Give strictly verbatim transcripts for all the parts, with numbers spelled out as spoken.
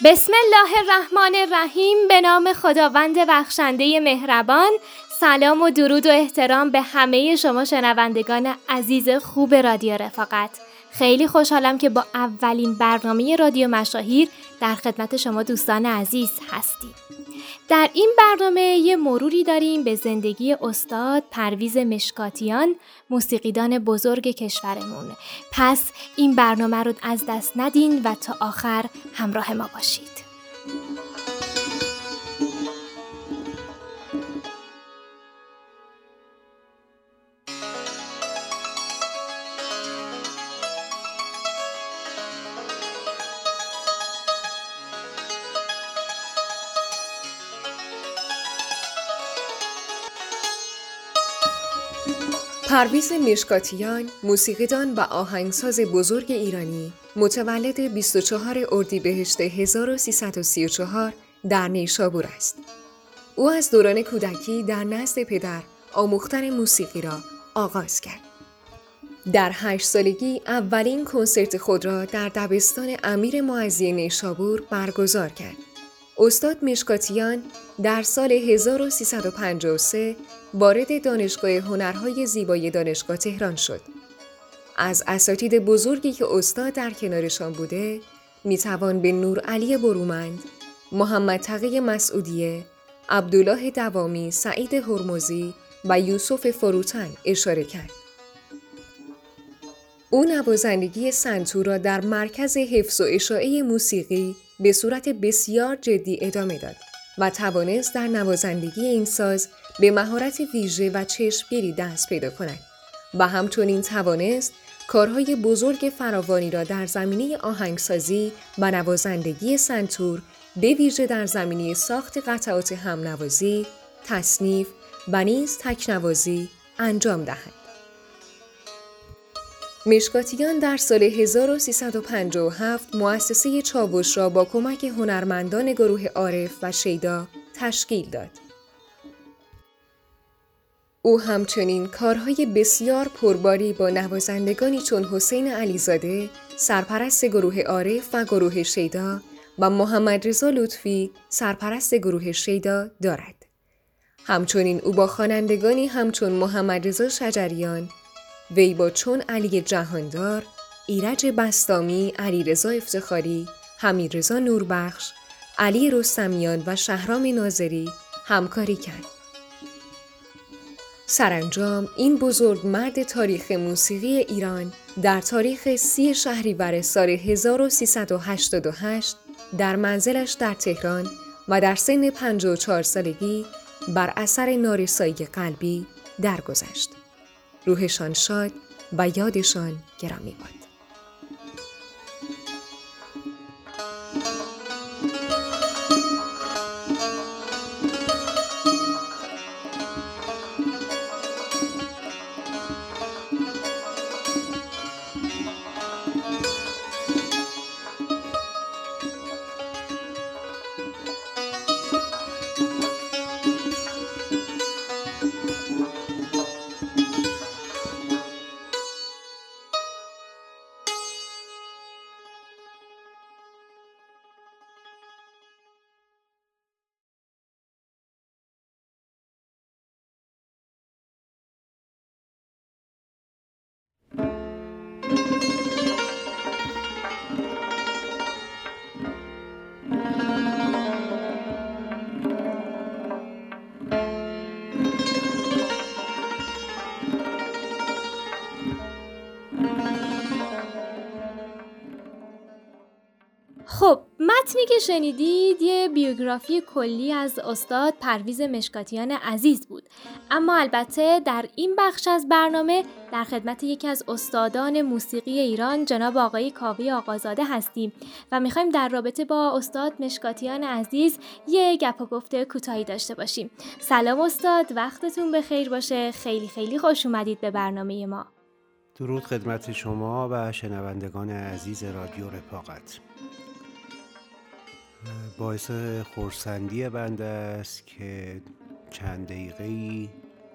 بسم الله الرحمن الرحیم. به نام خداوند بخشنده مهربان. سلام و درود و احترام به همه شما شنوندگان عزیز خوب رادیو رفاقت. خیلی خوشحالم که با اولین برنامه رادیو مشاهیر در خدمت شما دوستان عزیز هستیم. در این برنامه یه مروری داریم به زندگی استاد پرویز مشکاتیان، موسیقیدان بزرگ کشورمون. پس این برنامه رو از دست ندین و تا آخر همراه ما باشید. پرویز مشکاتیان، موسیقیدان و آهنگساز بزرگ ایرانی، متولد بیست و چهارم اردیبهشت هزار و سیصد و سی و چهار در نیشابور است. او از دوران کودکی در نزد پدر آموختن موسیقی را آغاز کرد. در هشت سالگی اولین کنسرت خود را در دبستان امیر معزی نیشابور برگزار کرد. استاد مشکاتیان در سال هزار و سیصد و پنجاه و سه وارد دانشگاه هنرهای زیبای دانشگاه تهران شد. از اساتید بزرگی که استاد در کنارشان بوده میتوان به نورعلی برومند، محمد تقی مسعودیه، عبدالله دوامی، سعید هرمزی و یوسف فروتن اشاره کرد. او نوازندگی سنتور را در مرکز حفظ و اشاعه موسیقی به صورت بسیار جدی ادامه داد و توانست در نوازندگی این ساز به مهارت ویژه و چشمگیری دست پیدا کند و همچنین توانست کارهای بزرگ فراوانی را در زمینه آهنگسازی و نوازندگی سنتور به ویژه در زمینه ساخت قطعات همنوازی، تصنیف و نیز تکنوازی انجام دهد. مشکاتیان در سال هزار و سیصد و پنجاه و هفت مؤسسه چاوش را با کمک هنرمندان گروه عارف و شیدا تشکیل داد. او همچنین کارهای بسیار پرباری با نوازندگانی چون حسین علیزاده، سرپرست گروه عارف و گروه شیدا و محمد رضا لطفی، سرپرست گروه شیدا دارد. همچنین او با خوانندگانی همچون محمد رضا شجریان، وی با چون علی جهاندار، ایرج بسطامی، علیرضا افتخاری، حمیدرضا نوربخش، علی رستمیان و شهرام ناظری همکاری کرد. سرانجام این بزرگ مرد تاریخ موسیقی ایران در تاریخ سی شهریور سال هزار و سیصد و هشتاد و هشت در منزلش در تهران و در سن پنجاه و چهار سالگی بر اثر نارسایی قلبی درگذشت. روحشان شاد و یادشان گرامی باد. خب متنی که شنیدید یه بیوگرافی کلی از استاد پرویز مشکاتیان عزیز بود، اما البته در این بخش از برنامه در خدمت یکی از استادان موسیقی ایران جناب آقای کاوه آقازاده هستیم و میخوایم در رابطه با استاد مشکاتیان عزیز یه گپ و گفته کوتاهی داشته باشیم. سلام استاد، وقتتون بخیر باشه. خیلی خیلی خوش اومدید به برنامه ما. درود خدمت شما و شنوندگان عزیز رادیو رفاقت. باعث خرسندی بنده است که چند دقیقه‌ای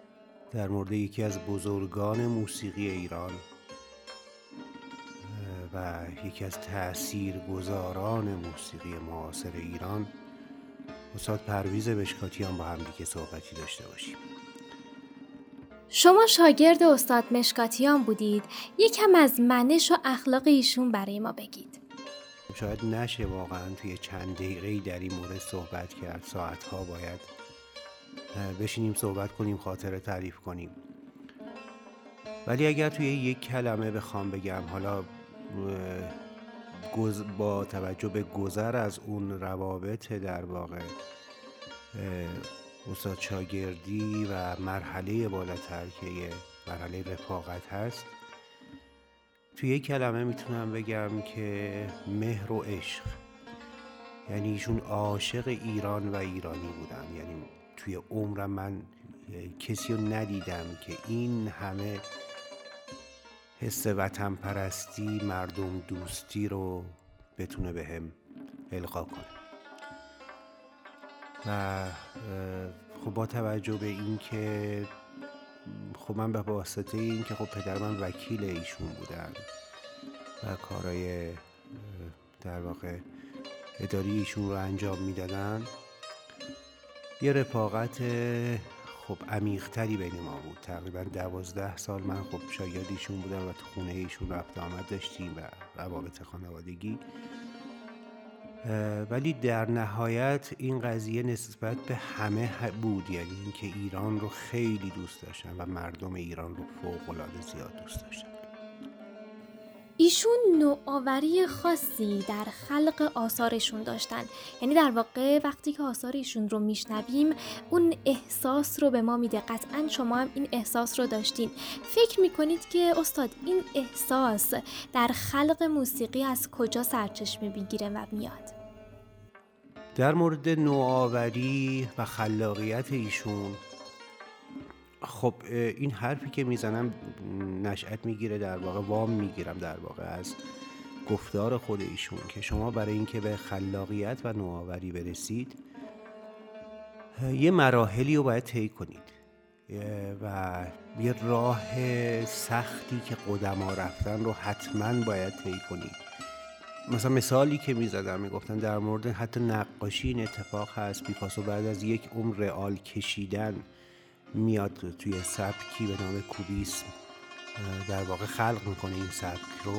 در مورد یکی از بزرگان موسیقی ایران و یکی از تاثیرگذاران موسیقی معاصر ایران استاد پرویز مشکاتیان با هم دیگه صحبتی داشته باشیم. شما شاگرد استاد مشکاتیان بودید. یکم از منش و اخلاق ایشون برای ما بگید. شاید نشه واقعا توی چند دقیقه‌ای در این مورد صحبت کرد. ساعتها باید بشینیم صحبت کنیم، خاطره تعریف کنیم. ولی اگر توی یک کلمه بخوام بگم، حالا با توجه به گذر از اون روابط در واقع استاد شاگردی و مرحله بالاتر که یه مرحله رفاقت هست، توی یک کلمه میتونم بگم که مهر و عشق. یعنی ایشون عاشق ایران و ایرانی بودن. یعنی توی عمرم من کسی رو ندیدم که این همه حس وطن پرستی، مردم دوستی رو بتونه به هم القا کنه. و خب با توجه به این که خب من به واسطه این که خب پدر من وکیل ایشون بودن و کارهای در واقع اداری ایشون رو انجام میدادن، یه رفاقت خب عمیق‌تری بین ما بود. تقریبا دوازده سال من خب شاگرد ایشون بودم و تو خونه ایشون رفت آمد داشتیم و روابط خانوادگی. ولی در نهایت این قضیه نسبت به همه بود، یعنی اینکه ایران رو خیلی دوست داشتن و مردم ایران رو فوق‌العاده زیاد دوست داشتن. ایشون نوآوری خاصی در خلق آثارشون داشتن. یعنی در واقع وقتی که آثار ایشون رو میشنویم اون احساس رو به ما میده. قطعاً شما هم این احساس رو داشتین. فکر میکنید که استاد این احساس در خلق موسیقی از کجا سرچشمه میگیره و میاد؟ در مورد نوآوری و خلاقیت ایشون، خب این حرفی که میزنم نشأت میگیره، در واقع وام میگیرم در واقع از گفتار خود ایشون که شما برای اینکه به خلاقیت و نوآوری برسید یه مراحلی رو باید طی کنید و یه راه سختی که قدما رفتن رو حتما باید طی کنید. مثلا مثالی که میزدم میگفتن در مورد حتی نقاشی این اتفاق هست. پیکاسو بعد از یک عمر رئال کشیدن میاد توی سبکی به نام کوبیسم در واقع خلق میکنه این سبک رو.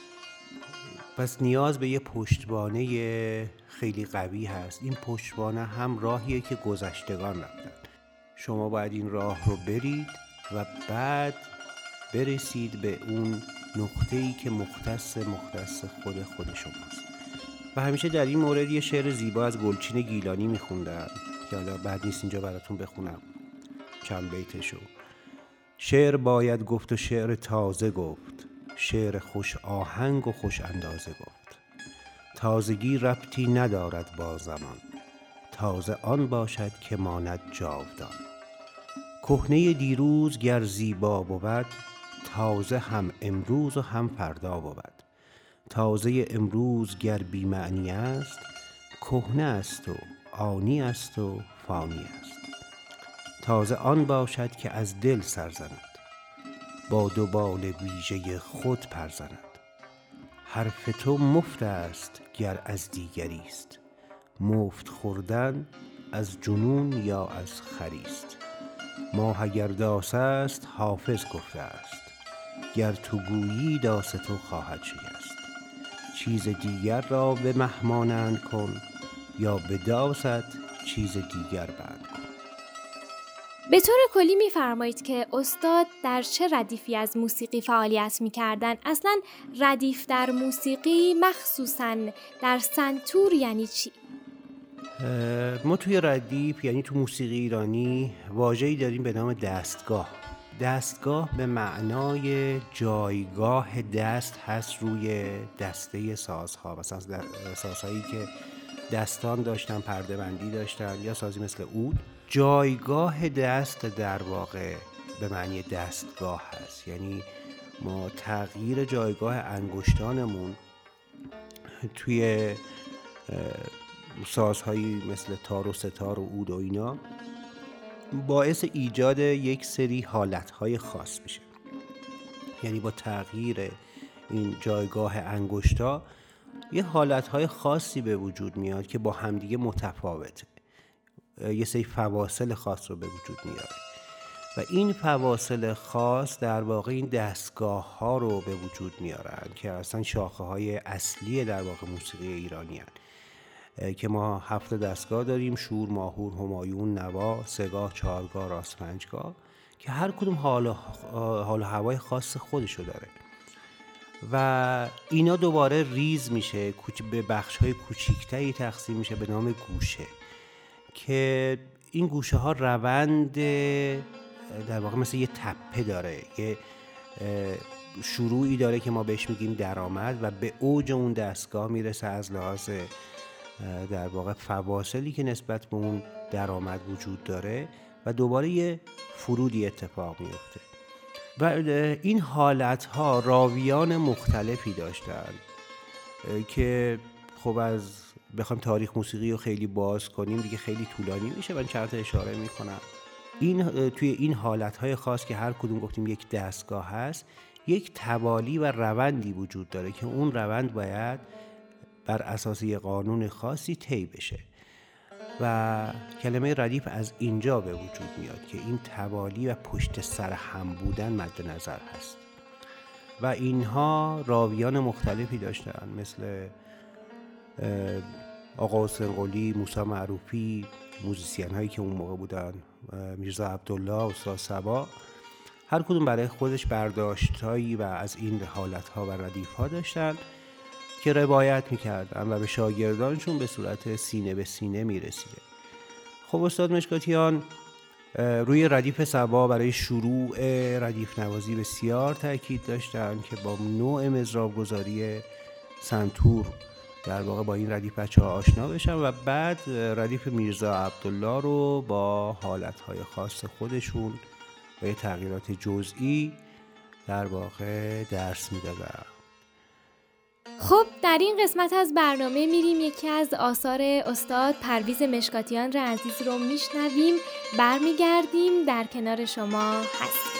پس نیاز به یه پشتوانه خیلی قوی هست. این پشتوانه هم راهیه که گذشتگان رفتن. شما باید این راه رو برید و بعد برسید به اون نقطه‌ای که مختص مختص خود خود شماست. و همیشه در این مورد یه شعر زیبا از گلچین گیلانی میخوندم که حالا بعد نیست اینجا براتون بخونم چند بیتشو. شعر باید گفت و شعر تازه گفت، شعر خوش آهنگ و خوش اندازه گفت. تازگی ربطی ندارد با زمان، تازه آن باشد که ماند جاودان. کهنه دیروز گر زیبا بود، تازه هم امروز و هم فردا بود. تازه امروز گر بی معنی است، کهنه است و آنی است و فانی است. تازه آن باشد که از دل سر زند، با دو بال ویژه خود پر زند. حرف تو مفت است گر از دیگری است، مفت خوردن از جنون یا از خریست. ماه اگر داس است حافظ گفته است، گر تو گویی داس تو خواهد شکست. چیز دیگر را به مهمانند کن، یا به داست چیز دیگر بند کن. به طور کلی می‌فرمایید که استاد در چه ردیفی از موسیقی فعالیت می‌کردن؟ اصلاً ردیف در موسیقی مخصوصاً در سنتور یعنی چی؟ ما توی ردیف یعنی تو موسیقی ایرانی واژه‌ای داریم به نام دستگاه. دستگاه به معنای جایگاه دست هست روی دسته سازها. مثلا سازهایی که دستان داشتن، پرده بندی داشتن، یا سازی مثل عود. جایگاه دست در واقع به معنی دستگاه هست. یعنی ما تغییر جایگاه انگشتانمون توی سازهایی مثل تار و ستار و عود و اینا باعث ایجاد یک سری حالتهای خاص میشه. یعنی با تغییر این جایگاه انگشتا یه حالتهای خاصی به وجود میاد که با همدیگه متفاوته، یه سری فواصل خاص رو به وجود میاره و این فواصل خاص در واقع این دستگاه ها رو به وجود میارن که اصلا شاخه های اصلی در واقع موسیقی ایرانی هن. که ما هفت دستگاه داریم: شور، ماهور، همایون، نوا، سه‌گاه، چهارگاه، راست پنجگاه، که هر کدوم حال و حال و هوای خاص خودشو داره و اینا دوباره ریز میشه، به بخش‌های کوچیکتری تقسیم میشه به نام گوشه، که این گوشه ها روند در واقع مثل یه تپه داره، یه شروعی داره که ما بهش میگیم درآمد و به اوج اون دستگاه میرسه از لحاظ در واقع فواصلی که نسبت به اون درآمد وجود داره و دوباره یه فرودی اتفاق میفته و این حالتها راویان مختلفی داشتن که خب از بخوایم تاریخ موسیقی رو خیلی باز کنیم دیگه خیلی طولانی میشه، من چند تا اشاره میکنم. این توی این حالتهای خاص که هر کدوم گفتیم یک دستگاه هست، یک توالی و روندی وجود داره که اون روند باید بر اساس یه قانون خاصی طی بشه و کلمه ردیف از اینجا به وجود میاد که این توالی و پشت سر هم بودن مد نظر هست و اینها راویان مختلفی داشتن، مثل آقا حسین قلی، موسی معروفی، موزیسین هایی که اون موقع بودن، میرزا عبدالله، استاد صبا، هر کدوم برای خودش برداشتایی و از این حالت ها و ردیف ها داشتن که روایت میکردن و به شاگردانشون به صورت سینه به سینه میرسیده. خب استاد مشکاتیان روی ردیف صبا برای شروع ردیف نوازی بسیار تاکید داشتن که با نوع مضراب گذاری سنتور در واقع با این ردیف بچه ها آشنا بشن و بعد ردیف میرزا عبدالله رو با حالتهای خاص خودشون و یه تغییرات جزئی در واقع درس میدادن. خب در این قسمت از برنامه میریم یکی از آثار استاد پرویز مشکاتیان را عزیز رو میشنویم، برمیگردیم در کنار شما هستیم.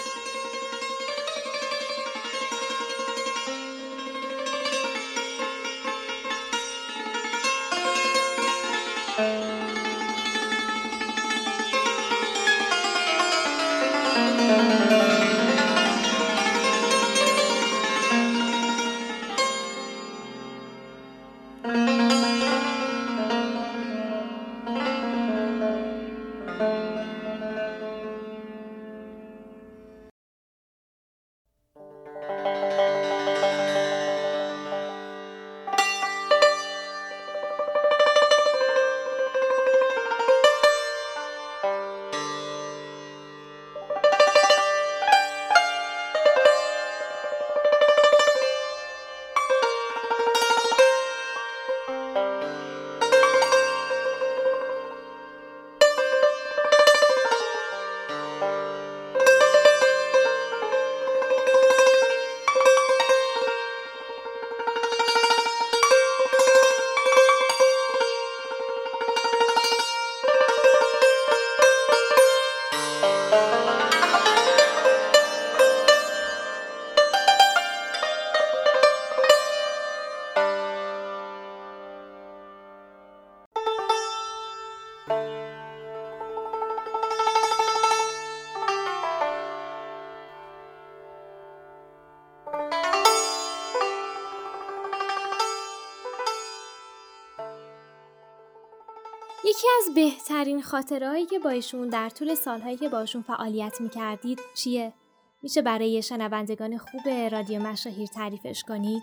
یکی از بهترین خاطرهایی که با ایشون در طول سالهایی که باشون فعالیت میکردید چیه؟ میشه برای شنوندگان خوب رادیو مشاهیر تعریفش کنید؟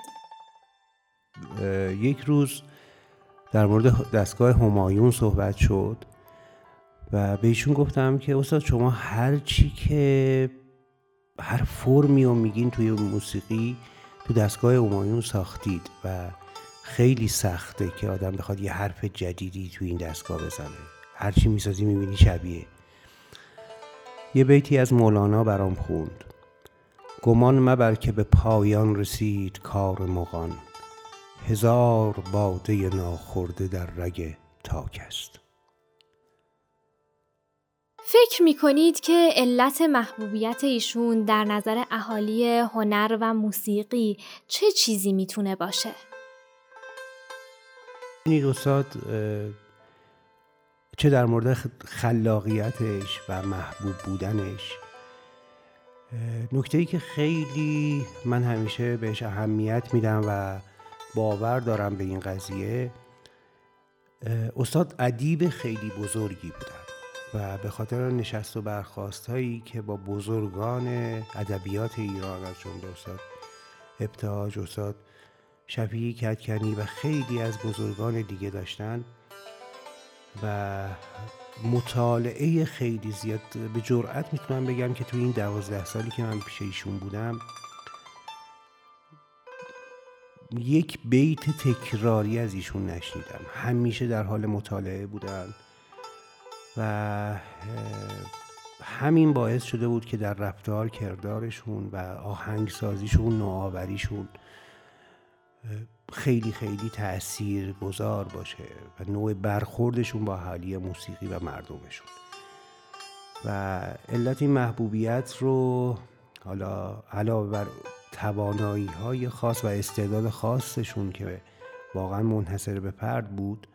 یک روز در مورد دستگاه همایون صحبت شد و به ایشون گفتم که استاد شما هر چی که هر فرمی رو میگین توی موسیقی تو دستگاه همایون ساختید و خیلی سخته که آدم بخواد یه حرف جدیدی تو این دستگاه بزنه، هر چی میسازی میبینی شبیه. یه بیتی از مولانا برام خوند: گمان مبر که به پایان رسید کار مغان، هزار باده ناخورده در رگ تاک است. فکر میکنید که علت محبوبیت ایشون در نظر اهالی هنر و موسیقی چه چیزی میتونه باشه؟ این استاد چه در مورد خلاقیتش و محبوب بودنش، نکته‌ای که خیلی من همیشه بهش اهمیت میدم و باور دارم به این قضیه، استاد ادیب خیلی بزرگی بودن و به خاطر نشست و برخاست هایی که با بزرگان ادبیات ایران از جمله استاد ابتهاج، استاد شفیعی کدکنی و خیلی از بزرگان دیگه داشتن و مطالعه خیلی زیاد، به جرئت میتونم بگم که تو این دوازده سالی که من پیش ایشون بودم یک بیت تکراری از ایشون نشنیدم. همیشه در حال مطالعه بودن و همین باعث شده بود که در رفتار کردارشون و آهنگسازیشون، نوآوریشون خیلی خیلی تأثیر گذار باشه و نوع برخوردشون با اهالی موسیقی و مردمشون. و علت این محبوبیت رو حالا علاوه بر توانایی های خاص و استعداد خاصشون که واقعا منحصر به فرد بود،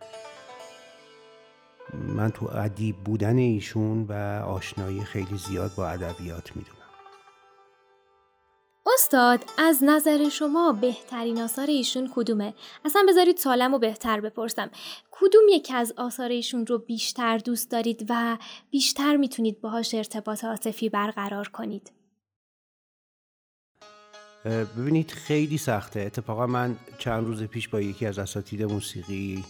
من تو ادیب بودن ایشون و آشنایی خیلی زیاد با ادبیات میدونم. استاد، از نظر شما بهترین آثار ایشون کدومه؟ اصلا بذارید سوالمو بهتر بپرسم، کدوم یکی از آثار ایشون رو بیشتر دوست دارید و بیشتر میتونید باهاش ارتباط عاطفی برقرار کنید؟ ببینید خیلی سخته. اتفاقا من چند روز پیش با یکی از اساتید موسیقی،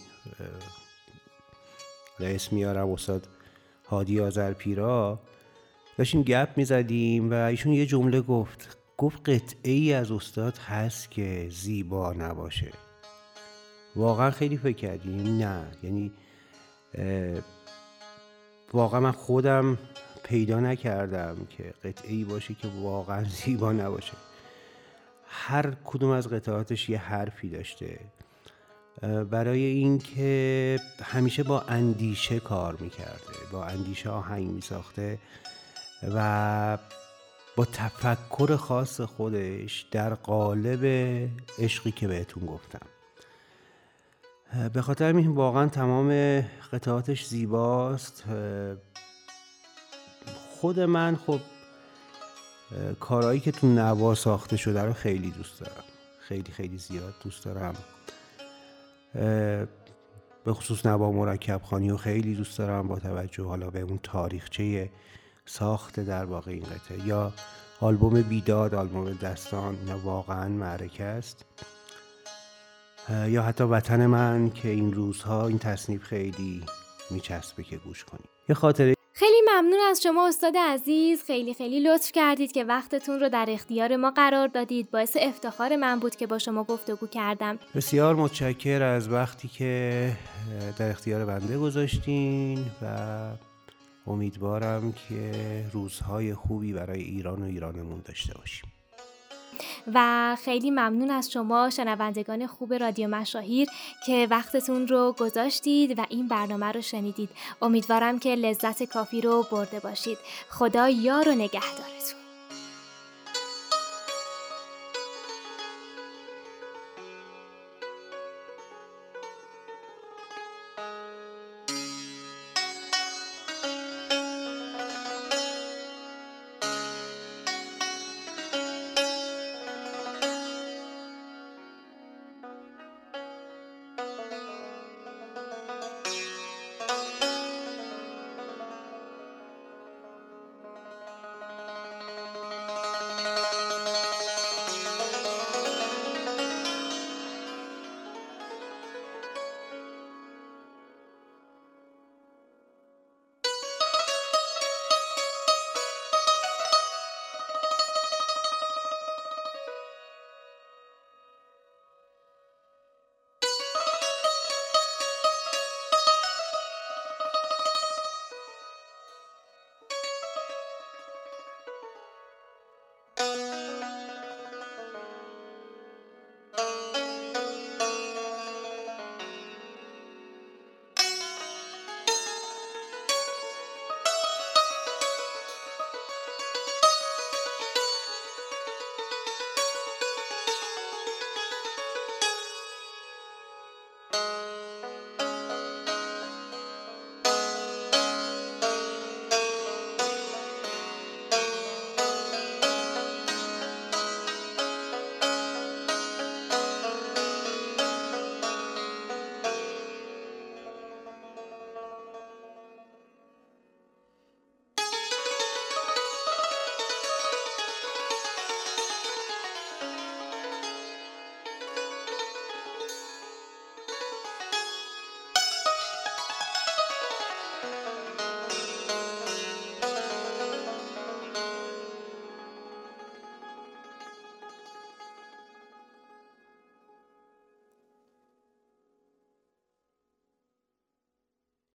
اسم میارم استاد هادی آذرپیرا، داشتیم گپ میزدیم و ایشون یه جمله گفت گفت قطعه ای از استاد هست که زیبا نباشه. واقعا خیلی فکر کردیم نه، یعنی واقعا من خودم پیدا نکردم که قطعه ای باشه که واقعا زیبا نباشه. هر کدوم از قطعاتش یه حرفی داشته، برای اینکه همیشه با اندیشه کار میکرده، با اندیشه آهنگ میساخته و با تفکر خاص خودش در قالب عشقی که بهتون گفتم. به خاطر همین واقعا تمام قطعاتش زیباست. خود من خب کارهایی که تو نوا ساخته شده رو خیلی دوست دارم، خیلی خیلی زیاد دوست دارم. به خصوص نوا مرکب خوانی رو خیلی دوست دارم با توجه حالا به اون تاریخچه ساخته در واقع این قطعه. یا آلبوم بیداد، آلبوم دستان، اینا واقعا معرکه است. یا حتی وطن من که این روزها این تصنیف خیلی میچسبه که گوش کنید. یه خاطره. خیلی ممنون از شما استاد عزیز، خیلی خیلی لطف کردید که وقتتون رو در اختیار ما قرار دادید. باعث افتخار من بود که با شما گفتگو کردم. بسیار متشکر از وقتی که در اختیار بنده گذاشتین و امیدوارم که روزهای خوبی برای ایران و ایرانمون داشته باشیم. و خیلی ممنون از شما شنوندگان خوب رادیو مشاهیر که وقتتون رو گذاشتید و این برنامه رو شنیدید. امیدوارم که لذت کافی رو برده باشید. خدا یار و نگهدارتون.